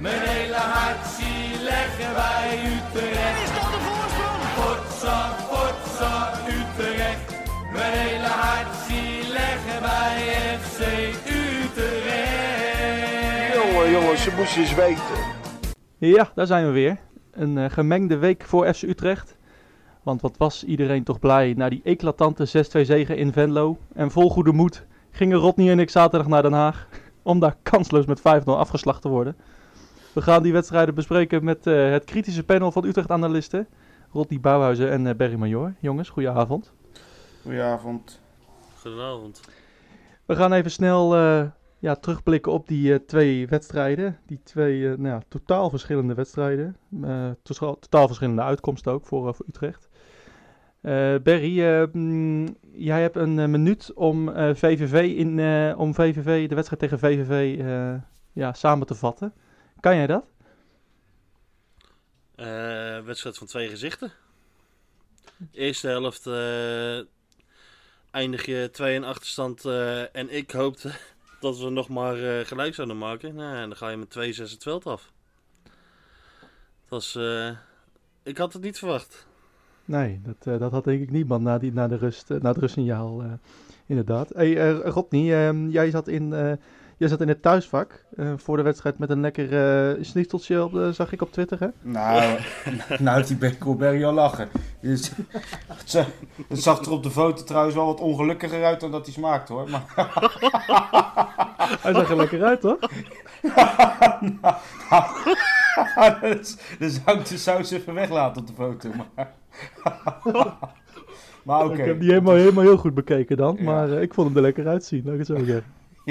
Mijn hele hart zie leggen wij Utrecht. Is dat de voorsprong? Potsa, potsa, Utrecht. Mijn hele hart zie leggen wij FC Utrecht. Jongens, ze moesten eens weten. Ja, daar zijn we weer. Een gemengde week voor FC Utrecht. Want wat was iedereen toch blij na die eclatante 6-2 zege in Venlo. En vol goede moed gingen Rodney en ik zaterdag naar Den Haag. Om daar kansloos met 5-0 afgeslacht te worden. We gaan die wedstrijden bespreken met het kritische panel van Utrecht-analisten. Rodney Bouwhuizen en Berry Major. Jongens, goeie avond. Goedenavond. Goedenavond. We gaan even snel terugblikken op die twee wedstrijden. Die twee totaal verschillende wedstrijden. Totaal verschillende uitkomsten ook voor Utrecht. Berry, jij hebt een minuut om VVV, de wedstrijd tegen VVV samen te vatten. Kan jij dat? Wedstrijd van twee gezichten. Eerste helft eindig je 2 in achterstand en ik hoopte dat we nog maar gelijk zouden maken. Nou, en dan ga je met 2-6 het veld af. Ik had het niet verwacht. Nee, dat had denk ik niemand na het rustsignaal inderdaad. Hey, Rodney, jij zat in het thuisvak voor de wedstrijd met een lekker snitseltje, zag ik op Twitter, hè? Nou, die Ben Colberry al lachen. Dus, het zag er op de foto trouwens wel wat ongelukkiger uit dan dat hij smaakt, hoor. Maar... Hij zag er lekker uit, toch? Dan zou ik de saus even weglaten op de foto. Maar oké. Ik heb die helemaal heel goed bekeken dan, ja. Maar ik vond hem er lekker uitzien, laat ik het zo zeggen.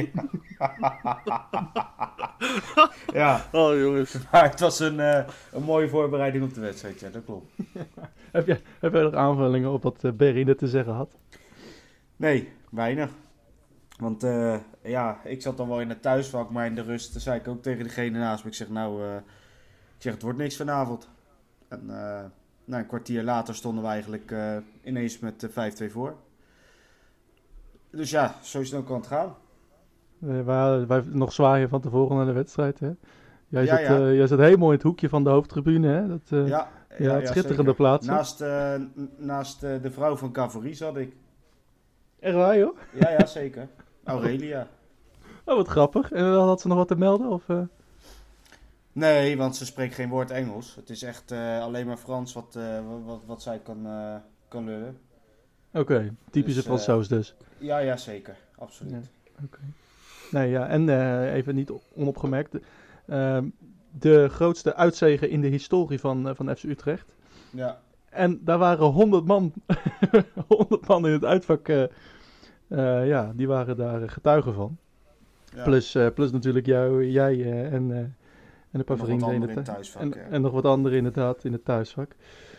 Ja. Oh jongens. Maar het was een mooie voorbereiding op de wedstrijd, ja, dat klopt. Heb jij nog aanvullingen op wat Berry net te zeggen had? Nee, weinig. Want ik zat dan wel in het thuisvak, maar in de rust zei ik ook tegen degene naast me. Ik zeg, het wordt niks vanavond. En een kwartier later stonden we eigenlijk ineens met 5-2 voor. Dus ja, zo snel kan het gaan. Wij nog zwaaien van tevoren naar de wedstrijd, hè? Jij zat helemaal in het hoekje van de hoofdtribune, hè? Het schitterende zeker. Plaats. Naast de vrouw van Cavorie zat ik. Echt waar, joh? Ja, zeker. Aurelia. Oh, wat grappig. En had ze nog wat te melden? Of, Nee, want ze spreekt geen woord Engels. Het is echt alleen maar Frans wat zij kan lullen. Oké, typische Fransoos dus. Ja, zeker. Absoluut. Ja, okay. Nee, ja, en even niet onopgemerkt. De grootste uitzege in de historie van FC Utrecht. Ja. En daar waren 100 man, 100 man in het uitvak. Die waren daar getuigen van. Ja. Plus natuurlijk jij en een paar vrienden in het thuisvak. En nog wat anderen inderdaad in het thuisvak.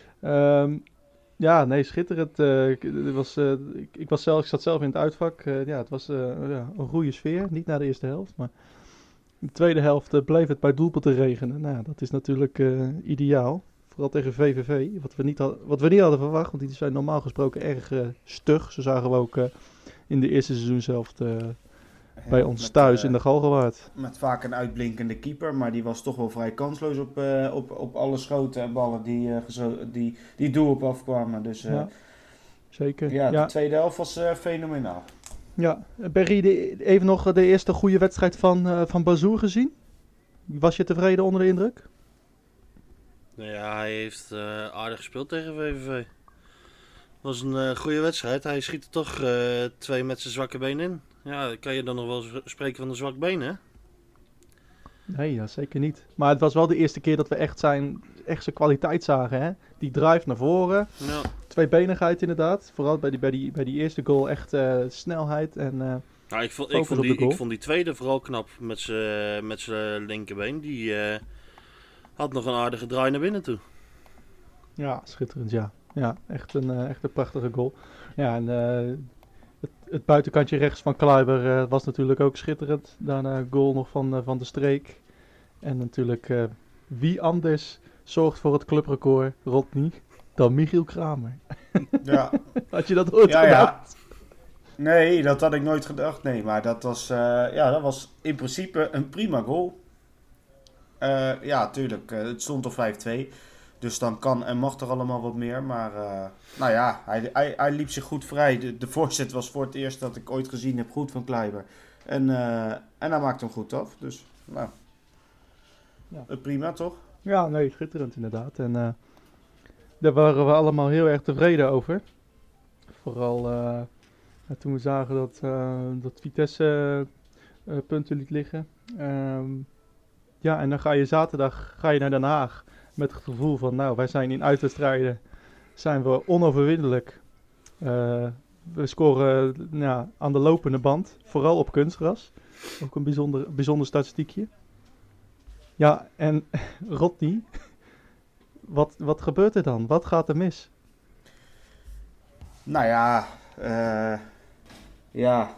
Schitterend. Ik zat zelf in het uitvak. Het was een goede sfeer. Niet na de eerste helft, maar in de tweede helft bleef het bij doelpunten regenen. Nou, dat is natuurlijk ideaal. Vooral tegen VVV, wat we niet hadden verwacht. Want die zijn normaal gesproken erg stug. Zo zagen we ook in de eerste seizoenshelft bij ons thuis in de Galgenwaard. Met vaak een uitblinkende keeper, maar die was toch wel vrij kansloos op alle schoten en ballen die het doel op afkwamen. Dus zeker. Ja, de tweede helft was fenomenaal. Ja, Berry, even nog de eerste goede wedstrijd van Bazoer gezien. Was je tevreden onder de indruk? Ja, hij heeft aardig gespeeld tegen VVV. Het was een goede wedstrijd. Hij schiet er toch 2 met zijn zwakke been in. Ja, kan je dan nog wel spreken van een zwak been, hè? Nee, ja, zeker niet. Maar het was wel de eerste keer dat we echt zijn kwaliteit zagen, hè? Die drive naar voren. Ja. Tweebenigheid inderdaad. Vooral bij die eerste goal echt snelheid en ik vond die tweede vooral knap met zijn linkerbeen. Die had nog een aardige draai naar binnen toe. Ja, schitterend, ja. Ja, echt een prachtige goal. Ja, en het buitenkantje rechts van Kluiber was natuurlijk ook schitterend. Daarna goal nog van de Streek. En natuurlijk, wie anders zorgt voor het clubrecord, Rodney, dan Michiel Kramer. Ja. Had je dat ooit gedacht? Ja. Nee, dat had ik nooit gedacht. Nee, maar dat was in principe een prima goal. Ja, tuurlijk. Het stond op 5-2. Dus dan kan en mag er allemaal wat meer. Maar nou ja, hij liep zich goed vrij. De voorzet was voor het eerst dat ik ooit gezien heb goed van Kleiber. En hij maakte hem goed af. Dus nou, prima toch? Ja, nee, schitterend inderdaad. En daar waren we allemaal heel erg tevreden over. Vooral toen we zagen dat Vitesse punten liet liggen. Ja, en dan ga je zaterdag naar Den Haag met het gevoel van, nou, wij zijn in uitwedstrijden zijn we onoverwinnelijk. We scoren aan de lopende band, vooral op kunstgras. Ook een bijzonder statistiekje. Ja, en Rodney, wat gebeurt er dan? Wat gaat er mis? Nou ja,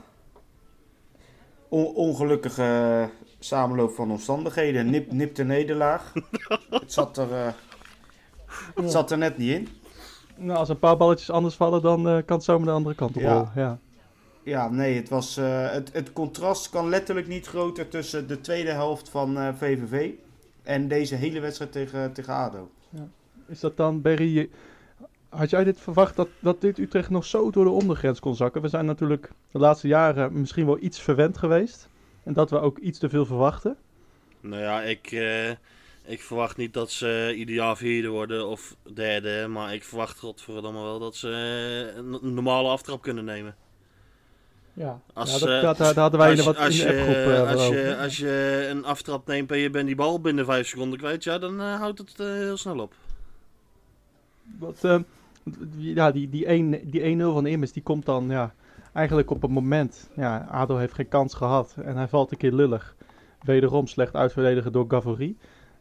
ongelukkige samenloop van omstandigheden. Nipte nederlaag. Het zat er net niet in. Nou, als een paar balletjes anders vallen, dan kan het zomaar de andere kant op rollen. Ja, nee, het was het contrast kan letterlijk niet groter tussen de tweede helft van VVV en deze hele wedstrijd tegen ADO. Ja. Is dat dan, Berry, had jij dit verwacht dat dit Utrecht nog zo door de ondergrens kon zakken? We zijn natuurlijk de laatste jaren misschien wel iets verwend geweest en dat we ook iets te veel verwachten. Nou ja, ik verwacht niet dat ze ideaal vierde worden of derde, maar ik verwacht godverdomme wel dat ze een normale aftrap kunnen nemen. Ja, daar hadden wij in de appgroep als je een aftrap neemt en je bent die bal binnen 5 seconden kwijt, ja, dan houdt het heel snel op. Die 1-0 van Immers, die komt dan eigenlijk op het moment. Ja, ADO heeft geen kans gehad en hij valt een keer lullig. Wederom slecht uitverdedigd door Gavory.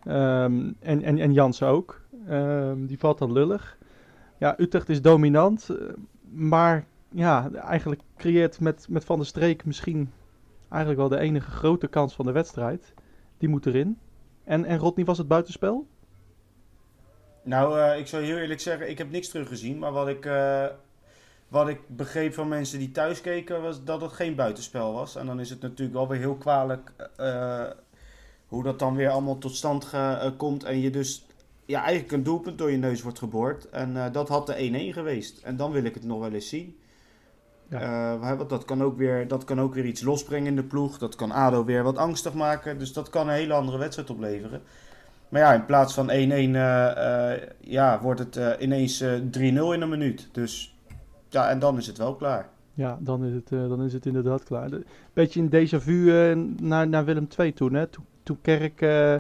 En Jansen ook. Die valt dan lullig. Ja, Utrecht is dominant, maar ja, eigenlijk creëert met Van der Streek misschien eigenlijk wel de enige grote kans van de wedstrijd. Die moet erin. En Rodney, was het buitenspel? Nou, ik zou heel eerlijk zeggen, ik heb niks teruggezien. Maar wat ik begreep van mensen die thuis keken, was dat het geen buitenspel was. En dan is het natuurlijk wel weer heel kwalijk hoe dat dan weer allemaal tot stand komt. En je dus eigenlijk een doelpunt door je neus wordt geboord. En dat had de 1-1 geweest. En dan wil ik het nog wel eens zien. Ja. Want dat kan ook weer iets losbrengen in de ploeg. Dat kan ADO weer wat angstig maken. Dus dat kan een hele andere wedstrijd opleveren. Maar ja, in plaats van 1-1 wordt het ineens 3-0 in een minuut. Dus ja, en dan is het wel klaar. Ja, dan is het inderdaad klaar. Beetje een déjà vu naar Willem II toen, hè? Toen Kerk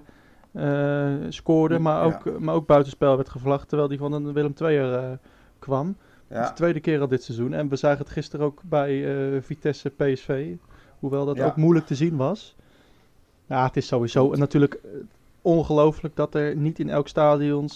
scoorde, maar ook buitenspel werd gevlacht, terwijl die van een Willem II'er kwam. Ja. Dat is de tweede keer al dit seizoen. En we zagen het gisteren ook bij Vitesse PSV. Hoewel dat ook moeilijk te zien was. Ja, het is sowieso natuurlijk ongelooflijk dat er niet in elk stadion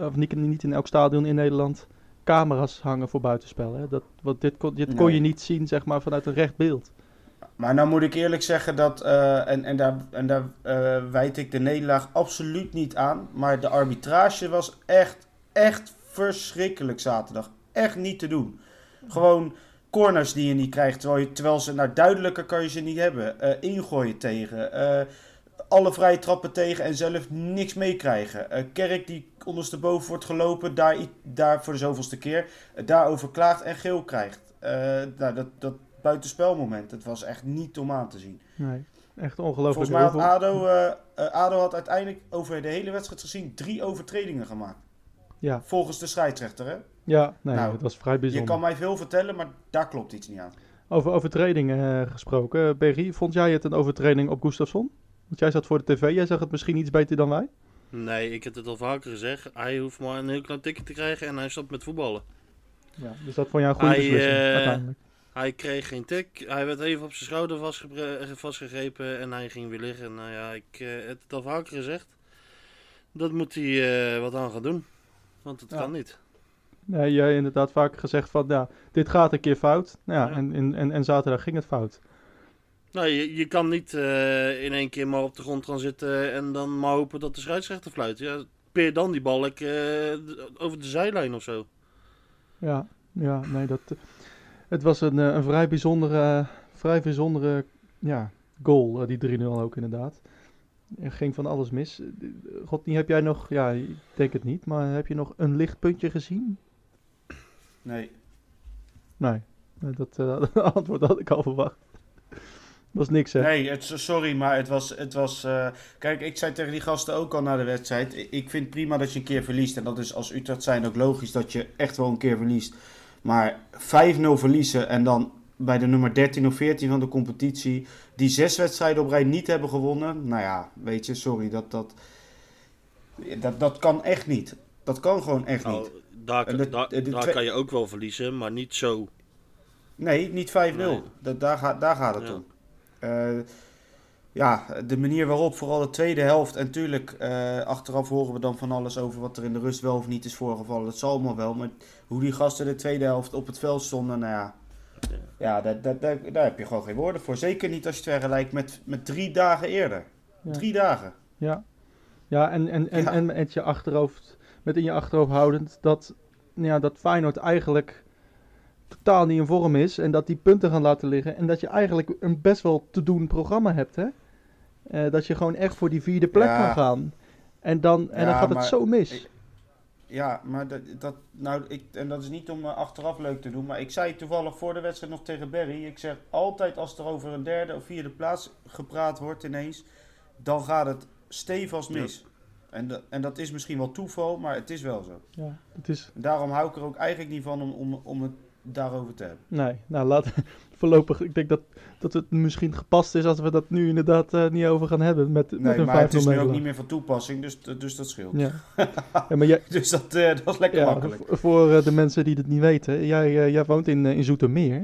in Nederland camera's hangen voor buitenspel. Hè? Dit kon je niet zien, zeg maar, vanuit een recht beeld. Maar nou moet ik eerlijk zeggen dat, en daar wijd ik de nederlaag absoluut niet aan. Maar de arbitrage was echt verschrikkelijk zaterdag. Echt niet te doen. Gewoon corners die je niet krijgt, terwijl ze, duidelijker kan je ze niet hebben. Ingooien tegen, alle vrije trappen tegen en zelf niks meekrijgen. Kerk die ondersteboven wordt gelopen, daar voor de zoveelste keer, daarover klaagt en geel krijgt. Dat buitenspelmoment, het was echt niet om aan te zien. Nee, echt ongelooflijk. Volgens mij had ADO had uiteindelijk over de hele wedstrijd gezien 3 overtredingen gemaakt. Ja. Volgens de scheidsrechter, hè? Ja, nee, het was vrij bijzonder. Je kan mij veel vertellen, maar daar klopt iets niet aan. Over overtredingen gesproken. Berry, vond jij het een overtreding op Gustafsson? Want jij zat voor de tv, jij zag het misschien iets beter dan wij? Nee, ik heb het al vaker gezegd. Hij hoeft maar een heel klein tikje te krijgen en hij stopt met voetballen. Ja, dus dat vond jij een goede beslissing uiteindelijk? Hij kreeg geen tik. Hij werd even op zijn schouder vastgegrepen en hij ging weer liggen. Nou ja, ik heb het al vaker gezegd. Dat moet hij wat aan gaan doen. Want het kan niet. Nee, jij hebt inderdaad vaker gezegd van, dit gaat een keer fout. En zaterdag ging het fout. Nou, je kan niet in één keer maar op de grond gaan zitten en dan maar hopen dat de scheidsrechter fluit. Ja, peer dan die bal over de zijlijn of zo. Ja, nee, het was een vrij bijzondere goal, die 3-0 ook inderdaad. Er ging van alles mis. Rodney, heb jij nog, ja, ik denk het niet, maar heb je nog een lichtpuntje gezien? Nee. Nee, dat antwoord had ik al verwacht. Was niks, hè? Nee, sorry, maar het was kijk, ik zei tegen die gasten ook al na de wedstrijd. Ik vind prima dat je een keer verliest. En dat is als Utrecht zijn ook logisch dat je echt wel een keer verliest. Maar 5-0 verliezen en dan bij de nummer 13 of 14 van de competitie... die 6 wedstrijden op rij niet hebben gewonnen. Nou ja, weet je, sorry, dat kan echt niet. Dat kan gewoon echt Nou, niet. daar kan je ook wel verliezen, maar niet zo. Nee, niet 5-0. Nee. Daar gaat het Ja. om. Ja, de manier waarop, vooral de tweede helft. En tuurlijk, achteraf horen we dan van alles over wat er in de rust wel of niet is voorgevallen. Dat zal allemaal wel. Maar hoe die gasten de tweede helft op het veld stonden, nou ja. Ja, daar heb je gewoon geen woorden voor. Zeker niet als je het vergelijkt met 3 dagen eerder. Ja. 3 dagen. Ja, ja en met je achterhoofd, met in je achterhoofd houdend dat Feyenoord eigenlijk totaal niet in vorm is en dat die punten gaan laten liggen en dat je eigenlijk een best wel te doen programma hebt, hè? Dat je gewoon echt voor die 4e plek kan gaan. En dan gaat het zo mis. Ja, maar en dat is niet om achteraf leuk te doen, maar ik zei toevallig voor de wedstrijd nog tegen Barry, ik zeg altijd als er over een 3e of 4e plaats gepraat wordt ineens, dan gaat het stevast mis. Ja. En dat is misschien wel toeval, maar het is wel zo. Ja, het is... Daarom hou ik er ook eigenlijk niet van om het daarover te hebben. Nee, nou voorlopig, ik denk dat het misschien gepast is als we dat nu inderdaad niet over gaan hebben. Met een maar het is nu ook niet meer van toepassing, dus dat scheelt. Ja. Ja, maar dus dat is lekker makkelijk. Voor de mensen die het niet weten, jij woont in Zoetermeer.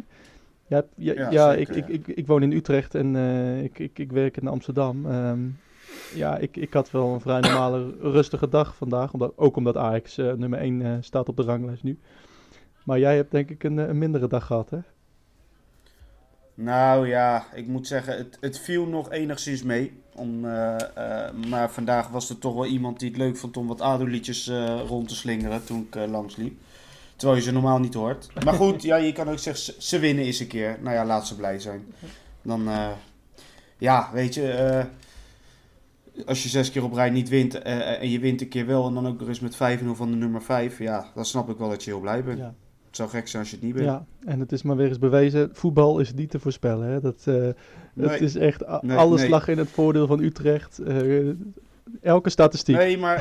Ik woon in Utrecht en ik werk in Amsterdam. Ik had wel een vrij normale rustige dag vandaag, omdat Ajax nummer 1 staat op de ranglijst nu. Maar jij hebt denk ik een mindere dag gehad, hè? Nou ja, ik moet zeggen, het viel nog enigszins mee. Maar vandaag was er toch wel iemand die het leuk vond om wat ADO-liedjes rond te slingeren toen ik langs liep. Terwijl je ze normaal niet hoort. Maar goed, ja, je kan ook zeggen, ze winnen eens een keer. Nou ja, laat ze blij zijn. Dan, weet je, als je 6 keer op rij niet wint en je wint een keer wel en dan ook nog eens met 5-0 van de nummer 5, ja, dan snap ik wel dat je heel blij bent. Ja. Het zou gek zijn als je het niet bent. Ja, en het is maar weer eens bewezen, voetbal is niet te voorspellen. Hè? Het is echt, alles lag in het voordeel van Utrecht. Elke statistiek. Nee, maar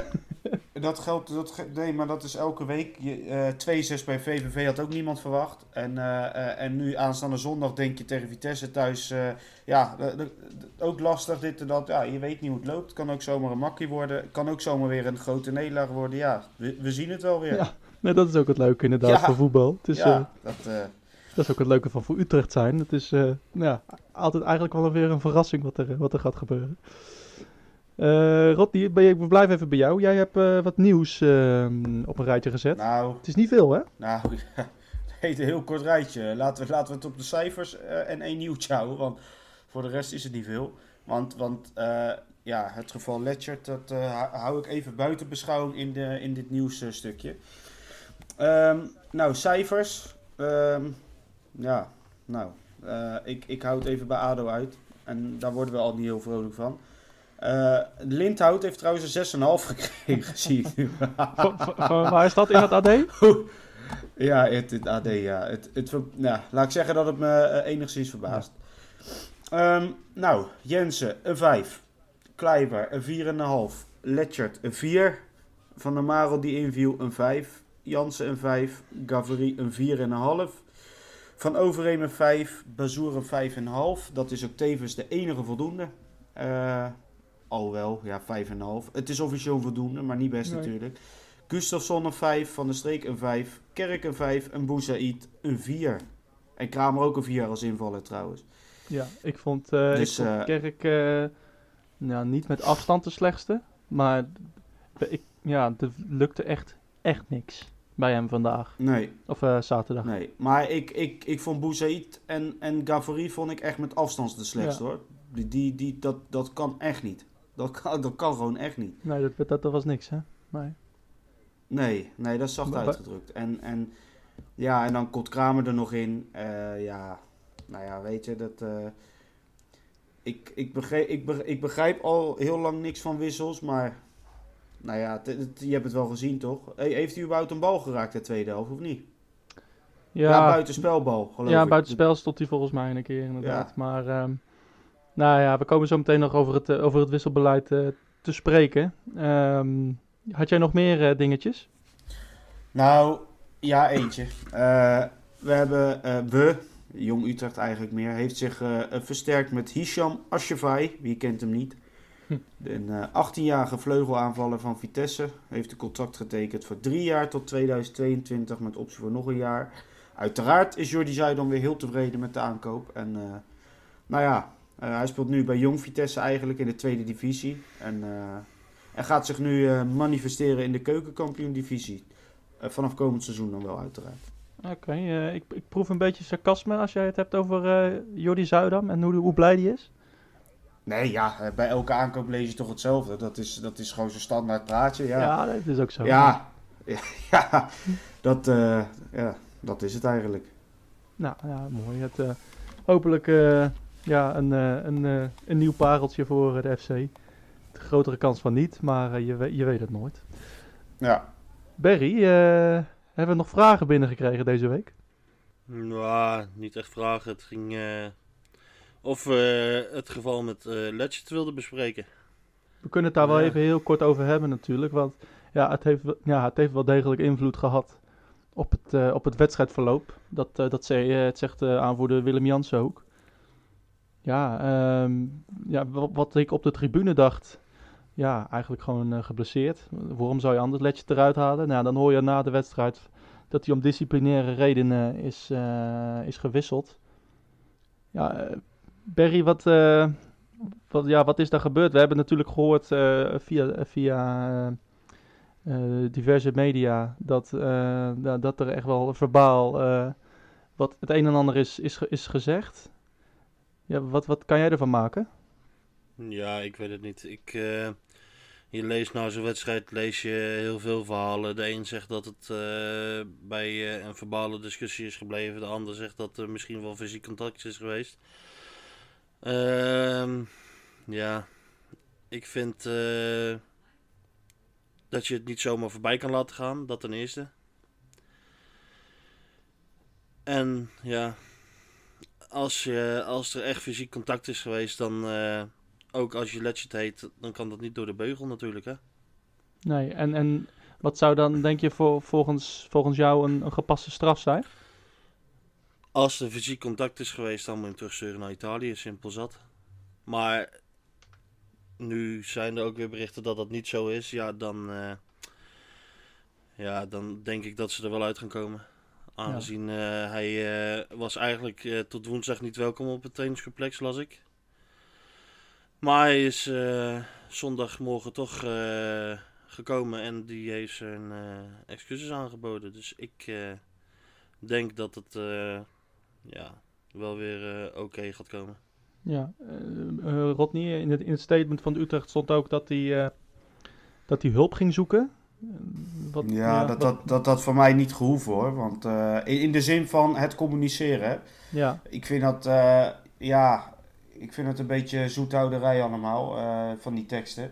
dat is elke week. 2-6 bij VVV had ook niemand verwacht. En nu aanstaande zondag denk je tegen Vitesse thuis, ook lastig dit en dat. Ja, je weet niet hoe het loopt. Het kan ook zomaar een makkie worden. Het kan ook zomaar weer een grote nederlaag worden. Ja, we zien het wel weer. Ja. Nee, dat is ook het leuke inderdaad van voetbal. Het is, dat is ook het leuke van voor Utrecht zijn. Het is altijd eigenlijk wel weer een verrassing wat er gaat gebeuren. Rodney, ik blijf even bij jou. Jij hebt wat nieuws op een rijtje gezet. Nou, het is niet veel, hè? Nou, een heel kort rijtje. Laten we het op de cijfers en 1 nieuwtje houden. Want voor de rest is het niet veel. Want het geval Letchert, dat hou ik even buiten beschouwing in dit nieuwsstukje. Cijfers. Ik hou het even bij ADO uit. En daar worden we al niet heel vrolijk van. Lindhout heeft trouwens een 6,5 gekregen, zie ik nu. Waar is dat in het AD? Ja, het AD, ja. Laat ik zeggen dat het me enigszins verbaast. Jensen, een 5. Kleiber, een 4,5. Letchert, een 4. Van der Marel die inviel, een 5. Jansen een 5. Gavory een 4,5. Van Overheem een 5. Bazoer een 5,5. Dat is ook tevens de enige voldoende. Alhoewel, ja, 5,5. Het is officieel voldoende, maar niet best natuurlijk. Gustafsson een 5. Van der Streek een 5. Kerk een 5. En Boussaïd een 4. En Kramer ook een 4 als invaller trouwens. Ja, ik vond Kerk niet met afstand de slechtste. Maar er lukte echt niks bij hem vandaag. Nee. Of zaterdag. Nee, maar ik vond Boussaïd en Gavory vond ik echt met afstand de slechtste hoor. Dat kan echt niet. Dat kan gewoon echt niet. Nee, dat was niks hè? Nee, dat is zacht uitgedrukt. En dan komt Kramer er nog in. Weet je, ik begrijp al heel lang niks van wissels, maar nou ja, je hebt het wel gezien toch? Heeft hij überhaupt een bal geraakt de tweede helft of niet? Ja, buitenspelbal geloof ik. Ja, buitenspel stond hij volgens mij een keer inderdaad. Ja. Maar nou ja, we komen zo meteen nog over het wisselbeleid te spreken. Had jij nog meer dingetjes? Nou, ja, eentje. We hebben Jong Utrecht eigenlijk meer, heeft zich versterkt met Hisham Ashafai. Wie kent hem niet? Een 18-jarige vleugelaanvaller van Vitesse. Heeft een contract getekend voor 3 jaar tot 2022 met optie voor nog een jaar. Uiteraard is Jordi Zuidam weer heel tevreden met de aankoop. En nou ja, hij speelt nu bij Jong Vitesse eigenlijk in de tweede divisie. En gaat zich nu manifesteren in de keukenkampioen-divisie. Vanaf komend seizoen dan wel uiteraard. Oké, ik proef een beetje sarcasme als jij het hebt over Jordi Zuidam en hoe blij die is. Nee, ja, bij elke aankoop lees je toch hetzelfde. Dat is gewoon zo'n standaard praatje. Ja, dat is ook zo. Ja, dat is het eigenlijk. Nou ja, mooi. Hopelijk een nieuw pareltje voor de FC. De grotere kans van niet, maar je weet het nooit. Ja. Berry, hebben we nog vragen binnengekregen deze week? Nou, niet echt vragen. Het ging of we het geval met Letchert wilden bespreken. We kunnen het daar wel even heel kort over hebben natuurlijk. Want ja, het heeft wel degelijk invloed gehad op het wedstrijdverloop. Dat zegt aanvoerder Willem Jansen ook. Ja, wat ik op de tribune dacht... Ja, eigenlijk gewoon geblesseerd. Waarom zou je anders Letchert eruit halen? Nou, dan hoor je na de wedstrijd dat hij om disciplinaire redenen is gewisseld. Ja, Berry, wat is daar gebeurd? We hebben natuurlijk gehoord via diverse media dat er echt wel verbaal wat het een en ander is gezegd. Ja, wat kan jij ervan maken? Ja, ik weet het niet. Je leest na zo'n wedstrijd heel veel verhalen. De een zegt dat het bij een verbale discussie is gebleven. De ander zegt dat er misschien wel fysiek contact is geweest. Ja, ik vind dat je het niet zomaar voorbij kan laten gaan. Dat ten eerste. En ja, als er echt fysiek contact is geweest, dan... ook als je Letchert heet, dan kan dat niet door de beugel natuurlijk, hè? Nee, en wat zou dan, denk je, volgens jou een gepaste straf zijn? Als er fysiek contact is geweest, dan moet je hem terugsturen naar Italië, simpel zat. Maar nu zijn er ook weer berichten dat dat niet zo is. Ja, dan denk ik dat ze er wel uit gaan komen. Aangezien hij was eigenlijk tot woensdag niet welkom op het trainingscomplex, las ik. Maar hij is zondagmorgen toch gekomen en die heeft zijn excuses aangeboden. Dus ik denk dat het wel weer oké gaat komen. Ja, Rodney, in het statement van Utrecht stond ook dat hij hulp ging zoeken. Dat voor mij niet gehoeven hoor. Want in de zin van het communiceren. Ja. Ik vind dat... Ik vind het een beetje zoethouderij allemaal, van die teksten.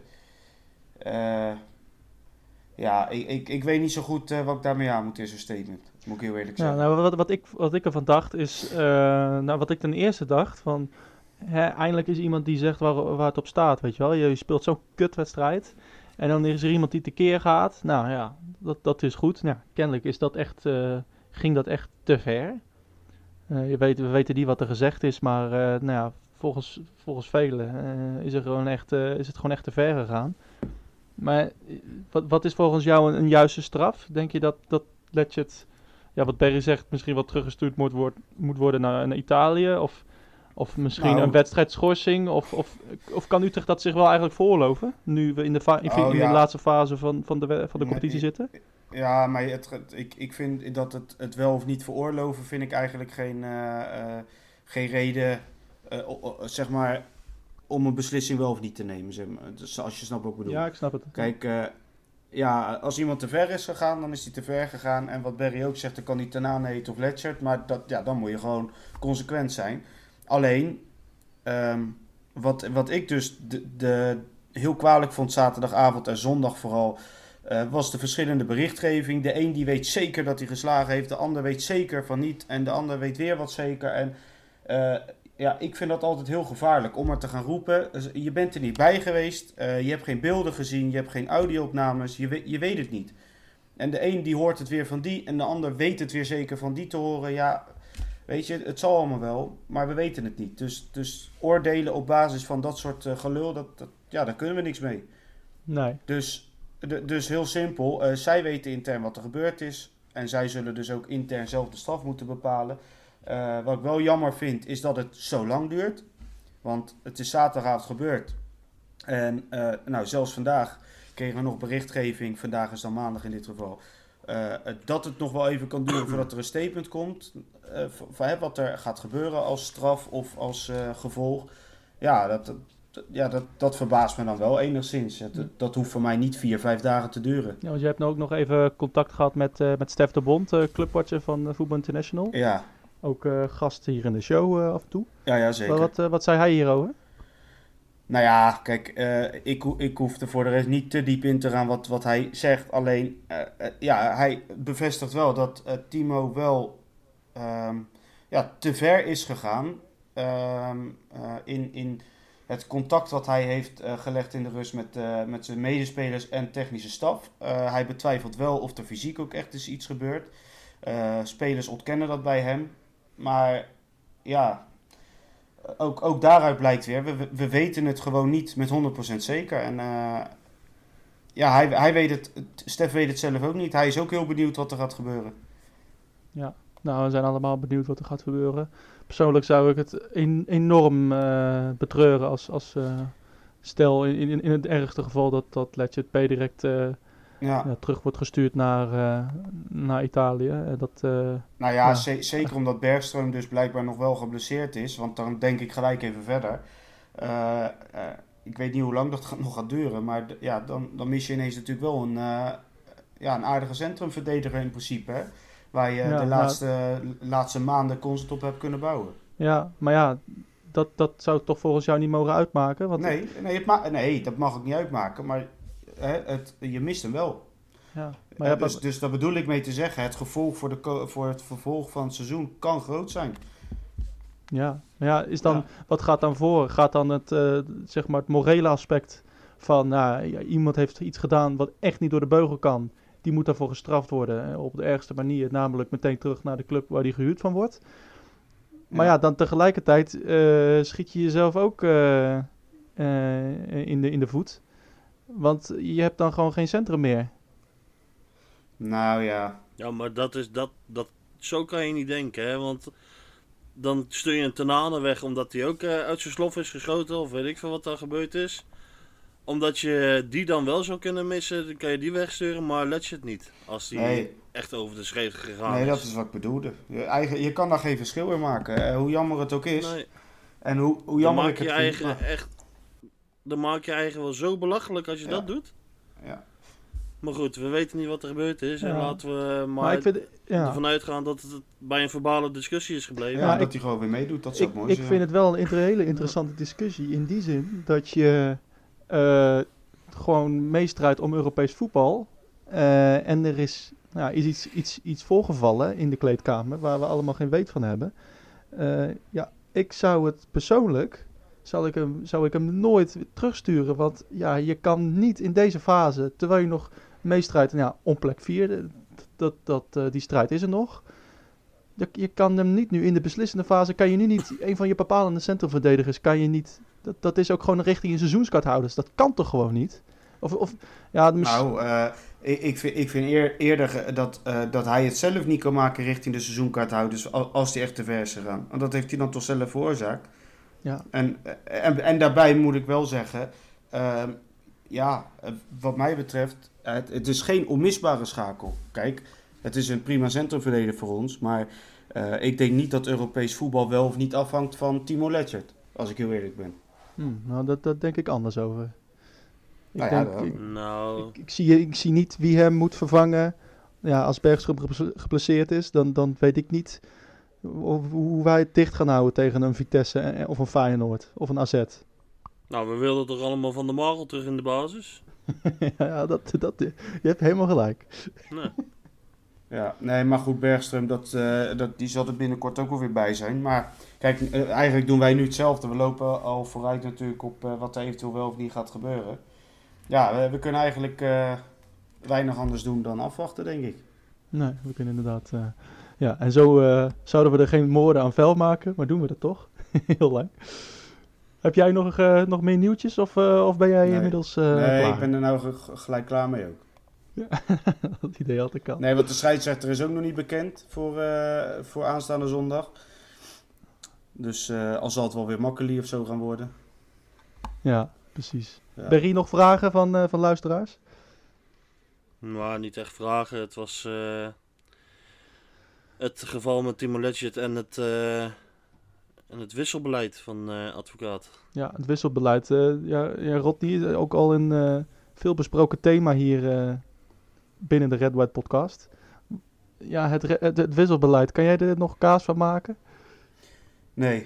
Ik weet niet zo goed wat ik daarmee aan moet in zo'n statement. Moet ik heel eerlijk zeggen. Ja, nou, wat ik ervan dacht is... wat ik ten eerste dacht van... eindelijk is iemand die zegt waar het op staat, weet je wel. Je speelt zo'n kutwedstrijd. En dan is er iemand die tekeer gaat. Nou ja, dat is goed. Nou, kennelijk is dat echt, ging dat echt te ver. We weten niet wat er gezegd is, maar volgens velen is het gewoon echt te ver gegaan. Maar wat is volgens jou een juiste straf? Denk je dat Letchert, wat Berry zegt, misschien wel teruggestuurd moet worden naar Italië? Of misschien een wedstrijdschorsing? Of kan Utrecht dat zich wel eigenlijk veroorloven? Nu we in de laatste fase van de competitie zitten? Ja, maar ik vind dat het wel of niet veroorloven, vind ik eigenlijk geen reden... zeg maar, om een beslissing wel of niet te nemen. Zeg maar. Dus als je snapt wat ik bedoel. Ja, ik snap het. Kijk, als iemand te ver is gegaan, dan is hij te ver gegaan. En wat Berry ook zegt, dan kan hij Tanane heten of Letchert. Maar dan moet je gewoon consequent zijn. Alleen, wat ik dus heel kwalijk vond zaterdagavond en zondag vooral, was de verschillende berichtgeving. De een die weet zeker dat hij geslagen heeft, de ander weet zeker van niet en de ander weet weer wat zeker. En ja, ik vind dat altijd heel gevaarlijk om er te gaan roepen. Je bent er niet bij geweest, je hebt geen beelden gezien, je hebt geen audio-opnames, je weet het niet. En de een die hoort het weer van die en de ander weet het weer zeker van die te horen. Ja, weet je, het zal allemaal wel, maar we weten het niet. Dus oordelen op basis van dat soort gelul, daar kunnen we niks mee. Nee. Dus heel simpel, zij weten intern wat er gebeurd is. En zij zullen dus ook intern zelf de straf moeten bepalen. Wat ik wel jammer vind, is dat het zo lang duurt. Want het is zaterdagavond gebeurd. En zelfs vandaag kregen we nog berichtgeving. Vandaag is dan maandag in dit geval. Dat het nog wel even kan duren voordat er een statement komt. Van wat er gaat gebeuren als straf of als gevolg. Ja, dat verbaast me dan wel enigszins. Dat hoeft voor mij niet 4-5 dagen te duren. Ja, want je hebt nou ook nog even contact gehad met Stef de Bond, clubwatcher van Voetbal International. Ja. Ook gast hier in de show af en toe. Ja, zeker. Wat zei hij hierover? Nou ja, kijk, ik hoef er voor de rest niet te diep in te gaan wat hij zegt. Alleen, hij bevestigt wel dat Timo wel te ver is gegaan in het contact wat hij heeft gelegd in de rust met zijn medespelers en technische staf. Hij betwijfelt wel of er fysiek ook echt is iets gebeurd. Spelers ontkennen dat bij hem. Maar ja, ook daaruit blijkt weer, we weten het gewoon niet met 100% zeker. En hij weet het, Stef weet het zelf ook niet. Hij is ook heel benieuwd wat er gaat gebeuren. Ja, nou, we zijn allemaal benieuwd wat er gaat gebeuren. Persoonlijk zou ik het enorm betreuren als stel in het ergste geval dat Letje P direct terug wordt gestuurd naar Italië. Zeker omdat Bergström dus blijkbaar nog wel geblesseerd is. Want dan denk ik gelijk even verder. Ik weet niet hoe lang dat nog gaat duren. Maar dan mis je ineens natuurlijk wel een aardige centrumverdediger in principe. Hè? Waar je laatste maanden constant op hebt kunnen bouwen. Ja, maar ja, dat zou toch volgens jou niet mogen uitmaken? Want nee, dat mag ik niet uitmaken. Maar je mist hem wel. Ja, maar dus daar bedoel ik mee te zeggen. Het gevolg voor het vervolg van het seizoen kan groot zijn. Ja, maar ja, wat gaat dan voor? Gaat dan het morele aspect van iemand heeft iets gedaan wat echt niet door de beugel kan. Die moet daarvoor gestraft worden op de ergste manier. Namelijk meteen terug naar de club waar die gehuurd van wordt. Maar dan tegelijkertijd schiet je jezelf ook in de voet. Want je hebt dan gewoon geen centrum meer. Nou ja. Ja, maar zo kan je niet denken, hè. Want dan stuur je een Tanane weg omdat hij ook uit zijn slof is geschoten. Of weet ik veel wat daar gebeurd is. Omdat je die dan wel zou kunnen missen, dan kan je die wegsturen, maar let je het niet. Als die echt over de schreef gegaan is. Nee, dat is wat ik bedoelde. Je kan daar geen verschil in maken. Hoe jammer het ook is. Nee. En hoe jammer ik het vind. Dan maak je eigen wel zo belachelijk als je dat doet. Ja. Maar goed, we weten niet wat er gebeurd is. Ja. En laten we ervan uitgaan dat het bij een verbale discussie is gebleven. Ja, dat hij gewoon weer meedoet, dat zou mooi zijn. Ik vind het wel een hele interessante discussie in die zin dat je gewoon meestrijdt om Europees voetbal. En er is iets voorgevallen in de kleedkamer waar we allemaal geen weet van hebben. Ik zou het persoonlijk, zou ik hem nooit terugsturen. Want je kan niet in deze fase, terwijl je nog meestrijdt om plek 4, die strijd is er nog. Je kan hem niet nu in de beslissende fase, kan je nu niet, een van je bepalende centrumverdedigers, kan je niet, dat is ook gewoon richting je seizoenskaarthouders. Dat kan toch gewoon niet? Ik vind eerder dat hij het zelf niet kan maken richting de seizoenkaarthouders als hij echt te ver is gegaan. Want dat heeft hij dan toch zelf veroorzaakt. Ja. En daarbij moet ik wel zeggen, wat mij betreft, het is geen onmisbare schakel. Kijk, het is een prima centrumverdediger voor ons, maar ik denk niet dat Europees voetbal wel of niet afhangt van Timo Letchert, als ik heel eerlijk ben. Dat denk ik anders over. Ik zie niet wie hem moet vervangen. Ja, als Bergström geblesseerd is, dan weet ik niet hoe wij het dicht gaan houden tegen een Vitesse of een Feyenoord of een AZ. Nou, we wilden toch allemaal Van der Marel terug in de basis? Ja, je hebt helemaal gelijk. Nee. Ja, nee, maar goed, Bergström, die zal er binnenkort ook wel weer bij zijn. Maar kijk, eigenlijk doen wij nu hetzelfde. We lopen al vooruit natuurlijk op wat er eventueel wel of niet gaat gebeuren. Ja, we kunnen eigenlijk weinig anders doen dan afwachten, denk ik. Nee, we kunnen inderdaad... ja, en zo zouden we er geen moorden aan vuil maken, maar doen we dat toch? Heel leuk. Heb jij nog meer nieuwtjes of ben jij inmiddels nee, klaar? ik ben er nou gelijk klaar mee ook. Ja, dat idee had ik al. Nee, want de scheidsrechter is ook nog niet bekend voor aanstaande zondag. Dus al zal het wel weer makkelijk of zo gaan worden. Ja, precies. Ja. Berry, nog vragen van luisteraars? Maar niet echt vragen. Het was het geval met Timo Letchert en het wisselbeleid van advocaat. Ja, het wisselbeleid. Rodney, ook al een veel besproken thema hier binnen de Red White podcast. Ja, het wisselbeleid. Kan jij er nog kaas van maken? Nee.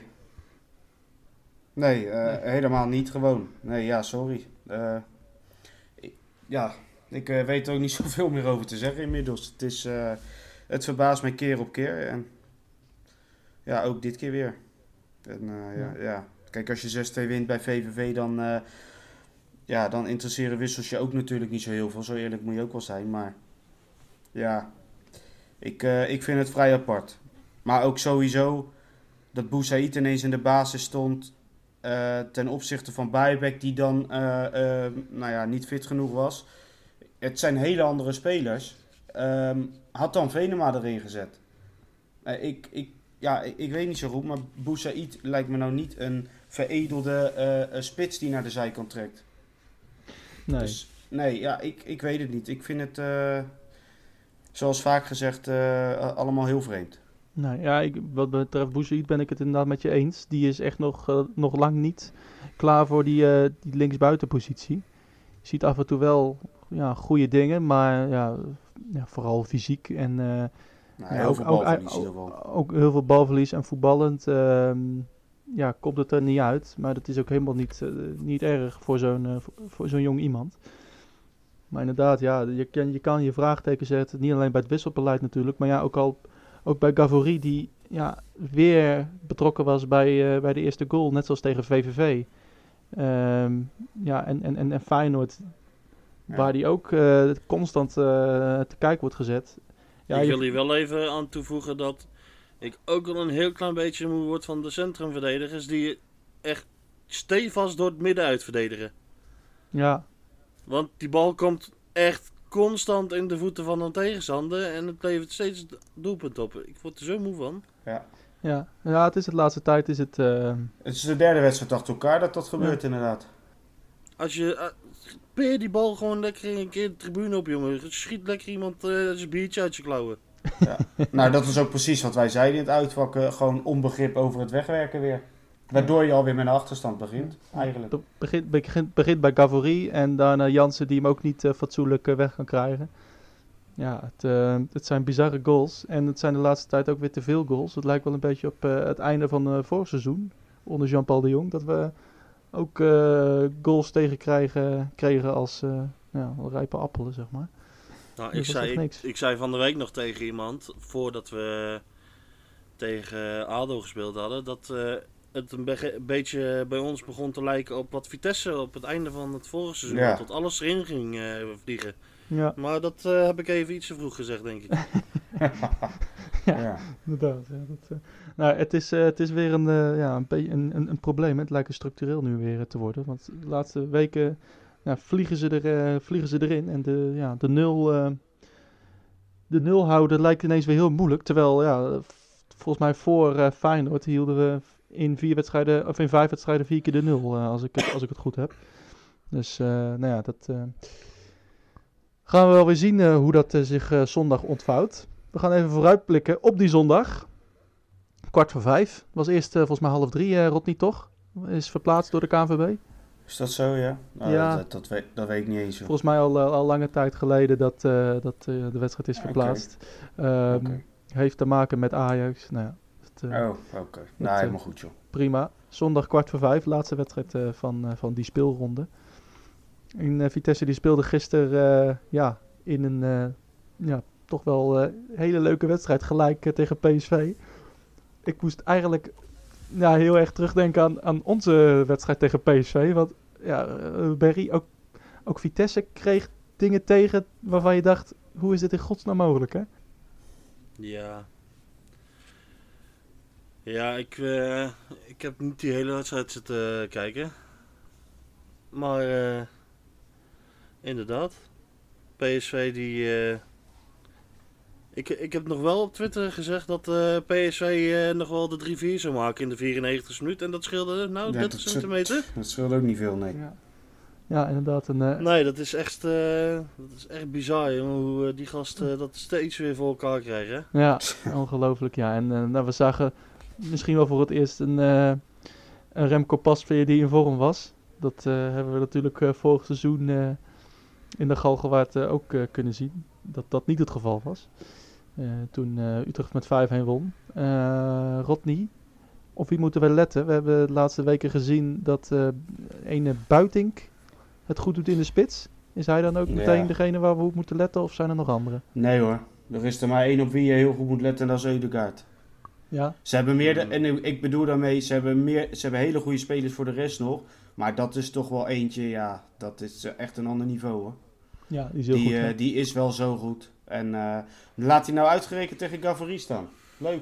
Nee, helemaal niet gewoon. Nee, ja, sorry. Ik weet er ook niet zoveel meer over te zeggen inmiddels. Het verbaast mij keer op keer. En ja, ook dit keer weer. En ja. Kijk, als je 6-2 wint bij VVV, dan interesseren wissels je ook natuurlijk niet zo heel veel. Zo eerlijk moet je ook wel zijn. Maar ja, ik vind het vrij apart. Maar ook sowieso dat Boussaïd ineens in de basis stond ten opzichte van Baebek, die dan niet fit genoeg was. Het zijn hele andere spelers. Had dan Venema erin gezet. Ik weet niet zo goed, maar Boussaïd lijkt me nou niet een veredelde spits die naar de zijkant trekt. Nee. Dus, nee, ja, ik weet het niet. Ik vind het, zoals vaak gezegd, allemaal heel vreemd. Nou ja, wat betreft Boussaïd ben ik het inderdaad met je eens. Die is echt nog lang niet klaar voor die linksbuitenpositie. Je ziet af en toe wel goede dingen, maar vooral fysiek en heel veel balverlies in ieder geval. Ook heel veel balverlies en voetballend komt het er niet uit. Maar dat is ook helemaal niet erg voor zo'n jong iemand. Maar inderdaad, ja, je kan je vraagteken zetten. Niet alleen bij het wisselbeleid natuurlijk, maar ja, ook bij Gavory, die weer betrokken was bij de eerste goal, net zoals tegen VVV. En Feyenoord, waar die ook constant te kijken wordt gezet. Ja, ik wil hier wel even aan toevoegen dat ik ook wel een heel klein beetje moe word van de centrumverdedigers die echt stevast door het midden uit verdedigen. Ja. Want die bal komt echt constant in de voeten van een tegenstander en het levert steeds doelpunt op. Ik word er zo moe van. Ja, het is de laatste tijd is het... Het is de derde wedstrijd achter elkaar dat gebeurt inderdaad. Als je... peer die bal gewoon lekker een keer de tribune op, jongen. Schiet lekker iemand zijn biertje uit zijn klauwen. Ja. Nou, dat is ook precies wat wij zeiden in het uitvak. Gewoon onbegrip over het wegwerken weer. Waardoor je alweer met een achterstand begint, eigenlijk. Het begint bij Gavory en daarna Jansen die hem ook niet fatsoenlijk weg kan krijgen. Ja, het zijn bizarre goals. En het zijn de laatste tijd ook weer te veel goals. Het lijkt wel een beetje op het einde van vorig seizoen. Onder Jean-Paul de Jong. Dat we ook goals tegen kregen als rijpe appelen, zeg maar. Nou, Dus ik zei van de week nog tegen iemand, voordat we tegen ADO gespeeld hadden, dat het een beetje bij ons begon te lijken op wat Vitesse op het einde van het vorige seizoen. Ja. Tot alles erin ging vliegen. Ja. Maar dat heb ik even iets te vroeg gezegd, denk ik. Ja, inderdaad. Ja, het is weer een probleem. Het lijkt structureel nu weer te worden. Want de laatste weken vliegen ze erin. En de nul houden lijkt ineens weer heel moeilijk. Terwijl, volgens mij voor Feyenoord hielden we in 5 wedstrijden 4 keer de 0. Als ik het goed heb. Dus, dat... gaan we wel weer zien hoe dat zich zondag ontvouwt. We gaan even vooruitblikken op die zondag. 4:45. Was eerst volgens mij 2:30, Rodney, toch? Is verplaatst door de KNVB. Is dat zo, ja? Nou, ja. Dat weet ik niet eens. Joh. Volgens mij al lange tijd geleden dat de wedstrijd is verplaatst. Okay. Heeft te maken met Ajax. Nou, oké. Nou, helemaal goed, joh. Prima. Zondag 4:15, laatste wedstrijd van die speelronde. En Vitesse die speelde gisteren in een toch wel hele leuke wedstrijd gelijk tegen PSV. Ik moest eigenlijk heel erg terugdenken aan onze wedstrijd tegen PSV. Want Berry, ook Vitesse kreeg dingen tegen waarvan je dacht, hoe is dit in godsnaam mogelijk, hè? Ja. Ja, ik heb niet die hele wedstrijd zitten kijken. Maar inderdaad. PSV die... Ik heb nog wel op Twitter gezegd dat PSV nog wel de 3-4 zou maken in de 94e minuut. En dat scheelde 30 centimeter. Dat scheelde ook niet veel, nee. Ja, inderdaad. Nee, dat is echt bizar, jongen, hoe die gasten dat steeds weer voor elkaar krijgen. Ja, ongelooflijk, ja. En we zagen misschien wel voor het eerst een Remco Pasveer die in vorm was. Dat hebben we natuurlijk vorig seizoen in de Galgenwaard ook kunnen zien. Dat niet het geval was. Toen Utrecht met 5-1 won. Rodney, op wie moeten we letten? We hebben de laatste weken gezien dat ene Buitink het goed doet in de spits. Is hij dan ook meteen degene waar we op moeten letten of zijn er nog andere? Nee hoor, er is er maar één op wie je heel goed moet letten en dat is Ødegaard. Ja. Ze hebben meer, en ik bedoel daarmee, ze hebben hele goede spelers voor de rest nog. Maar dat is toch wel eentje, dat is echt een ander niveau hoor. Ja, die is heel goed. Die is wel zo goed. En laat hij nou uitgerekend tegen Gavary staan. Leuk.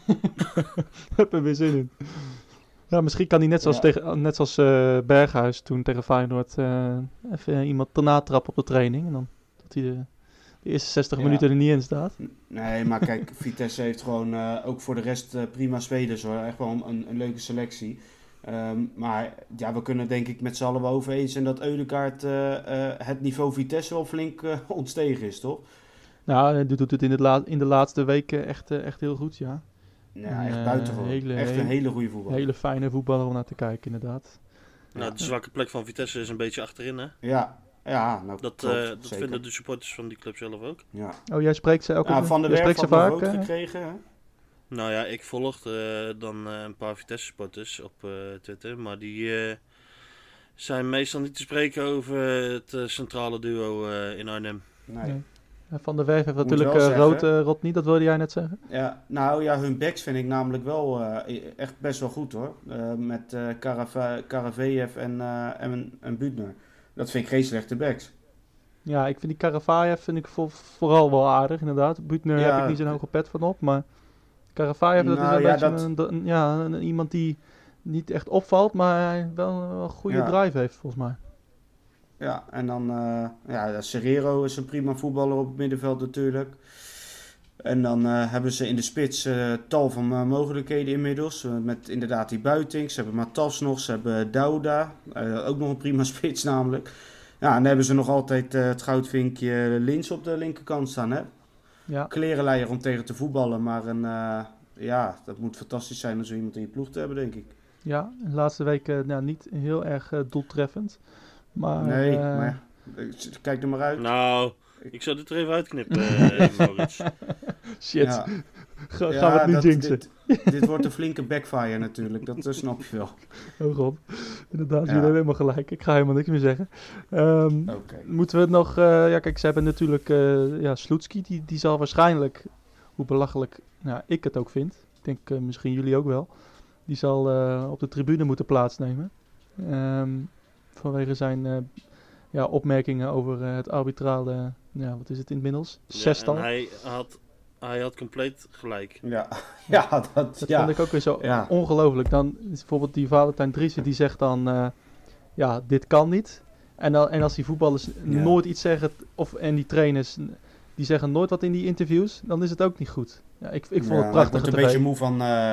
Heb er weer zin in. Ja, misschien kan hij net zoals Berghuis toen tegen Feyenoord even iemand erna trappen op de training. En dan dat hij de eerste 60 minuten er niet in staat. Nee, maar kijk, Vitesse heeft gewoon ook voor de rest prima spelers hoor. Echt wel een leuke selectie. Maar we kunnen denk ik met z'n allen wel over eens zijn dat Ødegaard het niveau Vitesse wel flink ontstegen is, toch? Nou, hij doet het in de laatste weken echt heel goed, ja. Ja, echt buitengewoon. Echt een hele goede voetballer. Hele fijne voetballer om naar te kijken, inderdaad. Nou, de zwakke plek van Vitesse is een beetje achterin, hè? Ja, dat vinden de supporters van die club zelf ook. Ja. Oh, jij spreekt ze ook Van der Werf had nog rood gekregen, hè? Nou ja, ik volgde dan een paar Vitesse-supporters op Twitter, maar die zijn meestal niet te spreken over het centrale duo in Arnhem. Nee. Van der Werf heeft natuurlijk rood niet, dat wilde jij net zeggen? Ja, hun backs vind ik namelijk wel echt best wel goed hoor. Met Karavaev en Büttner. Dat vind ik geen slechte backs. Ja, ik vind die Karavaev vooral wel aardig inderdaad. Büttner heb ik niet zo'n hoge pet van op, maar Karavaev is iemand die niet echt opvalt, maar hij wel een goede drive heeft volgens mij. Ja, en dan Serrero is een prima voetballer op het middenveld natuurlijk. En dan hebben ze in de spits tal van mogelijkheden inmiddels. Met inderdaad die Buitink. Ze hebben Matas nog, ze hebben Douda. Ook nog een prima spits namelijk. Ja, en dan hebben ze nog altijd het goudvinkje Lins op de linkerkant staan. Hè? Ja. Klerenleier om tegen te voetballen. Maar dat moet fantastisch zijn om zo iemand in je ploeg te hebben, denk ik. Ja, de laatste weken niet heel erg doeltreffend. Maar, nee, maar kijk er maar uit. Nou, ik zou dit er even uitknippen, Maurits. Shit, gaan we het niet jinxen. Dit wordt een flinke backfire natuurlijk, dat snap je wel. Oh god, inderdaad, jullie hebben helemaal gelijk. Ik ga helemaal niks meer zeggen. Moeten we het nog... kijk, ze hebben natuurlijk Sloetski, die zal waarschijnlijk, hoe belachelijk ik het ook vind, ik denk misschien jullie ook wel, die zal op de tribune moeten plaatsnemen. Vanwege zijn opmerkingen over het arbitrale, wat is het inmiddels? Zestal. En hij had compleet gelijk. Dat vond ik ook weer zo ongelooflijk. Dan is bijvoorbeeld die Valentijn Driessen, die zegt dan, dit kan niet. En als die voetballers nooit iets zeggen, en die trainers, die zeggen nooit wat in die interviews, dan is het ook niet goed. Ja, ik vond het prachtig. Ik word een beetje moe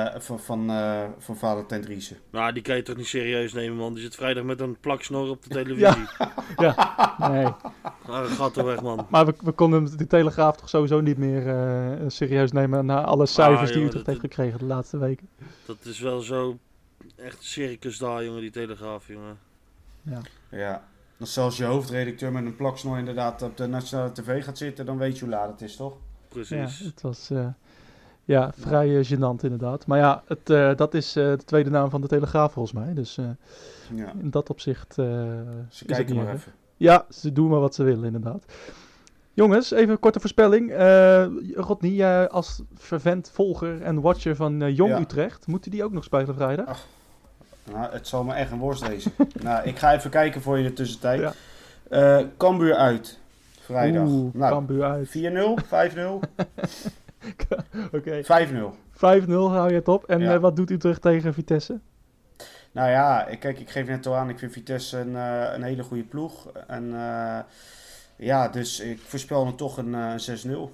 van Valentijn Driessen. Nou, die kan je toch niet serieus nemen, man. Die zit vrijdag met een plaksnor op de televisie. Nee. Gaat er weg, man. Maar we konden de Telegraaf toch sowieso niet meer serieus nemen na alle cijfers die Utrecht heeft gekregen de laatste weken. Dat is wel zo echt een circus daar, jongen, die Telegraaf, jongen. Ja. Als zelfs je hoofdredacteur met een plaksnor inderdaad op de nationale tv gaat zitten, dan weet je hoe laat het is, toch? Precies. Ja, het was Ja, vrij gênant inderdaad. Maar ja, dat is de tweede naam van de Telegraaf volgens mij. Dus Ja. in dat opzicht Ze is het kijken niet maar erg. even. Ja, ze doen maar wat ze willen inderdaad. Jongens, even een korte voorspelling. Rodney, jij als fervent volger en watcher van Jong Ja. Utrecht, moeten die ook nog spelen vrijdag? Nou, het zal me echt een worst wezen. Nou, ik ga even kijken voor je in de tussentijd. Ja. Cambuur uit. Vrijdag. Oeh, Nou, Cambuur uit. 4-0, 5-0, Oké. 5-0. 5-0 hou je het op. En Ja. wat doet Utrecht tegen Vitesse? Nou ja, kijk, ik geef net al aan, ik vind Vitesse een hele goede ploeg. En ja, dus ik voorspel dan toch een 6-0.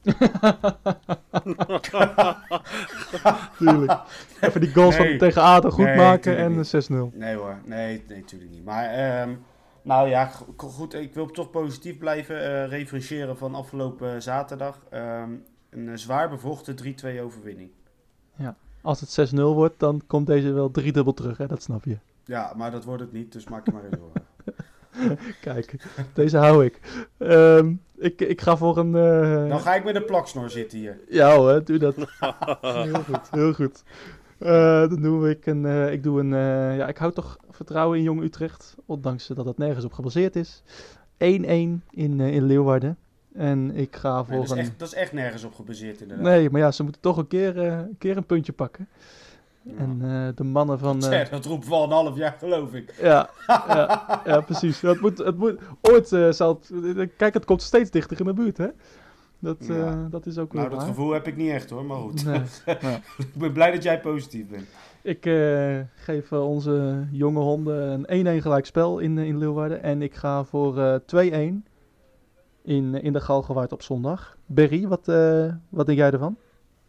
Tuurlijk. Even die goals Nee. van tegen Aden goed Nee, maken tuurlijk en niet. 6-0. Nee hoor, nee, natuurlijk niet. Maar nou ja, goed, ik wil toch positief blijven referentiëren van afgelopen zaterdag. Een zwaar bevochten 3-2 overwinning. Als het 6-0 wordt, dan komt deze wel driedubbel terug, hè? Dat snap je. Ja, maar dat wordt het niet, dus maak je maar eens zorgen. Kijk, deze hou ik. Ik ga voor een... Dan ga ik met een plaksnor zitten hier. Ja hoor, doe dat. Heel goed, heel goed. Dan doe ik een... ik hou toch vertrouwen in Jong Utrecht. Ondanks dat het nergens op gebaseerd is. 1-1 in Leeuwarden. En ik ga voor Nee, dat is echt nergens op gebaseerd inderdaad. Nee, maar ja, ze moeten toch een keer een puntje pakken. Ja. En de mannen van... Dat roepen we al een half jaar, geloof ik. Ja, precies. Het moet ooit zal het... Kijk, het komt steeds dichter in de buurt, hè? Dat is ook wel Nou, dat waar. gevoel heb ik niet echt hoor, maar goed. Nee. Ja. Ik ben blij dat jij positief bent. Ik geef onze jonge honden een 1-1 gelijkspel in Leeuwarden. En ik ga voor 2-1 in de Galgenwaard op zondag. Berry, wat denk jij ervan?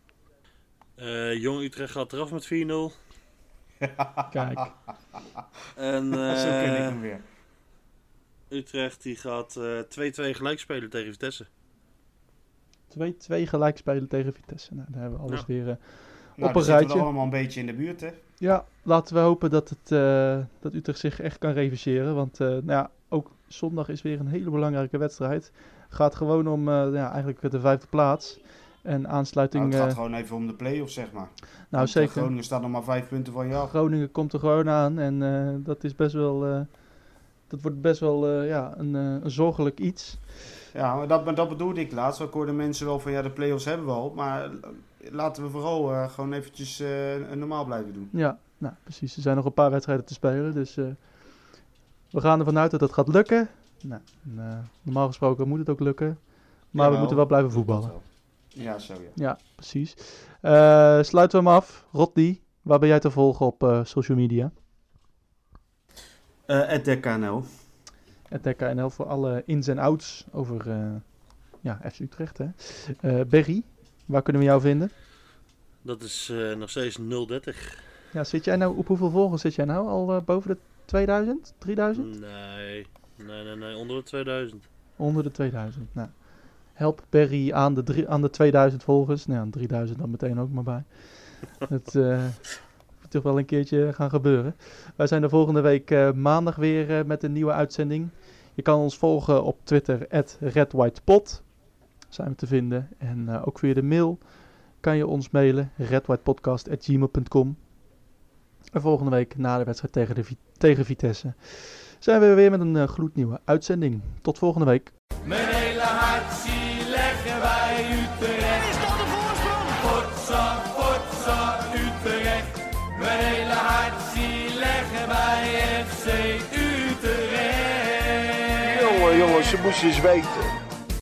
Jong Utrecht gaat eraf met 4-0. Kijk, En Zo ken ik hem weer. Utrecht die gaat 2-2 gelijk spelen tegen Vitesse. 2-2 gelijk spelen tegen Vitesse. Nou, dan hebben we alles Ja. weer Nou, op een dan zitten we rijtje. allemaal een beetje in de buurt, hè? Ja, laten we hopen dat dat Utrecht zich echt kan revancheren. Want ook zondag is weer een hele belangrijke wedstrijd. Gaat gewoon om eigenlijk de 5e plaats. En aansluiting... Nou, het gaat gewoon even om de play-offs, zeg maar. nou, Want, zeker. Groningen staat nog maar 5 punten van je af. Groningen komt er gewoon aan. En dat is best wel... dat wordt best wel een zorgelijk iets. Ja, maar dat bedoelde ik laatst. Ik hoorde mensen wel van, ja, de play-offs hebben we al. Maar laten we vooral gewoon eventjes normaal blijven doen. Ja, nou precies. Er zijn nog een paar wedstrijden te spelen. Dus we gaan ervan uit dat het gaat lukken. Nou, normaal gesproken moet het ook lukken. Maar we Jawel, moeten wel blijven dat voetballen. wel. Ja, zo ja. Ja, precies. Sluiten we hem af. Rodney, waar ben jij te volgen op social media? @DKNL. Het DKNL voor alle ins en outs over FC Utrecht. Hè? Berry, waar kunnen we jou vinden? Dat is nog steeds 030. Ja, zit jij nou, op hoeveel volgers zit jij nou? Al boven de 2000? 3000? Nee, onder de 2000. Onder de 2000. Nou, help Berry aan de 2000 volgers. Nou, aan 3000 dan meteen ook maar bij. Het moet toch wel een keertje gaan gebeuren. Wij zijn de volgende week maandag weer met een nieuwe uitzending. Je kan ons volgen op Twitter @redwhitepod. Zijn we te vinden. En ook via de mail kan je ons mailen. redwhitepodcast@gmail.com. En volgende week na de wedstrijd tegen Vitesse zijn we weer met een gloednieuwe uitzending. Tot volgende week. Mijn hele hart zie leggen wij Utrecht. Is dat de voorsprong? Potsa, potsa, Utrecht. Mijn hele hart zie leggen wij FC Utrecht. Jongen, ze moesten eens weten.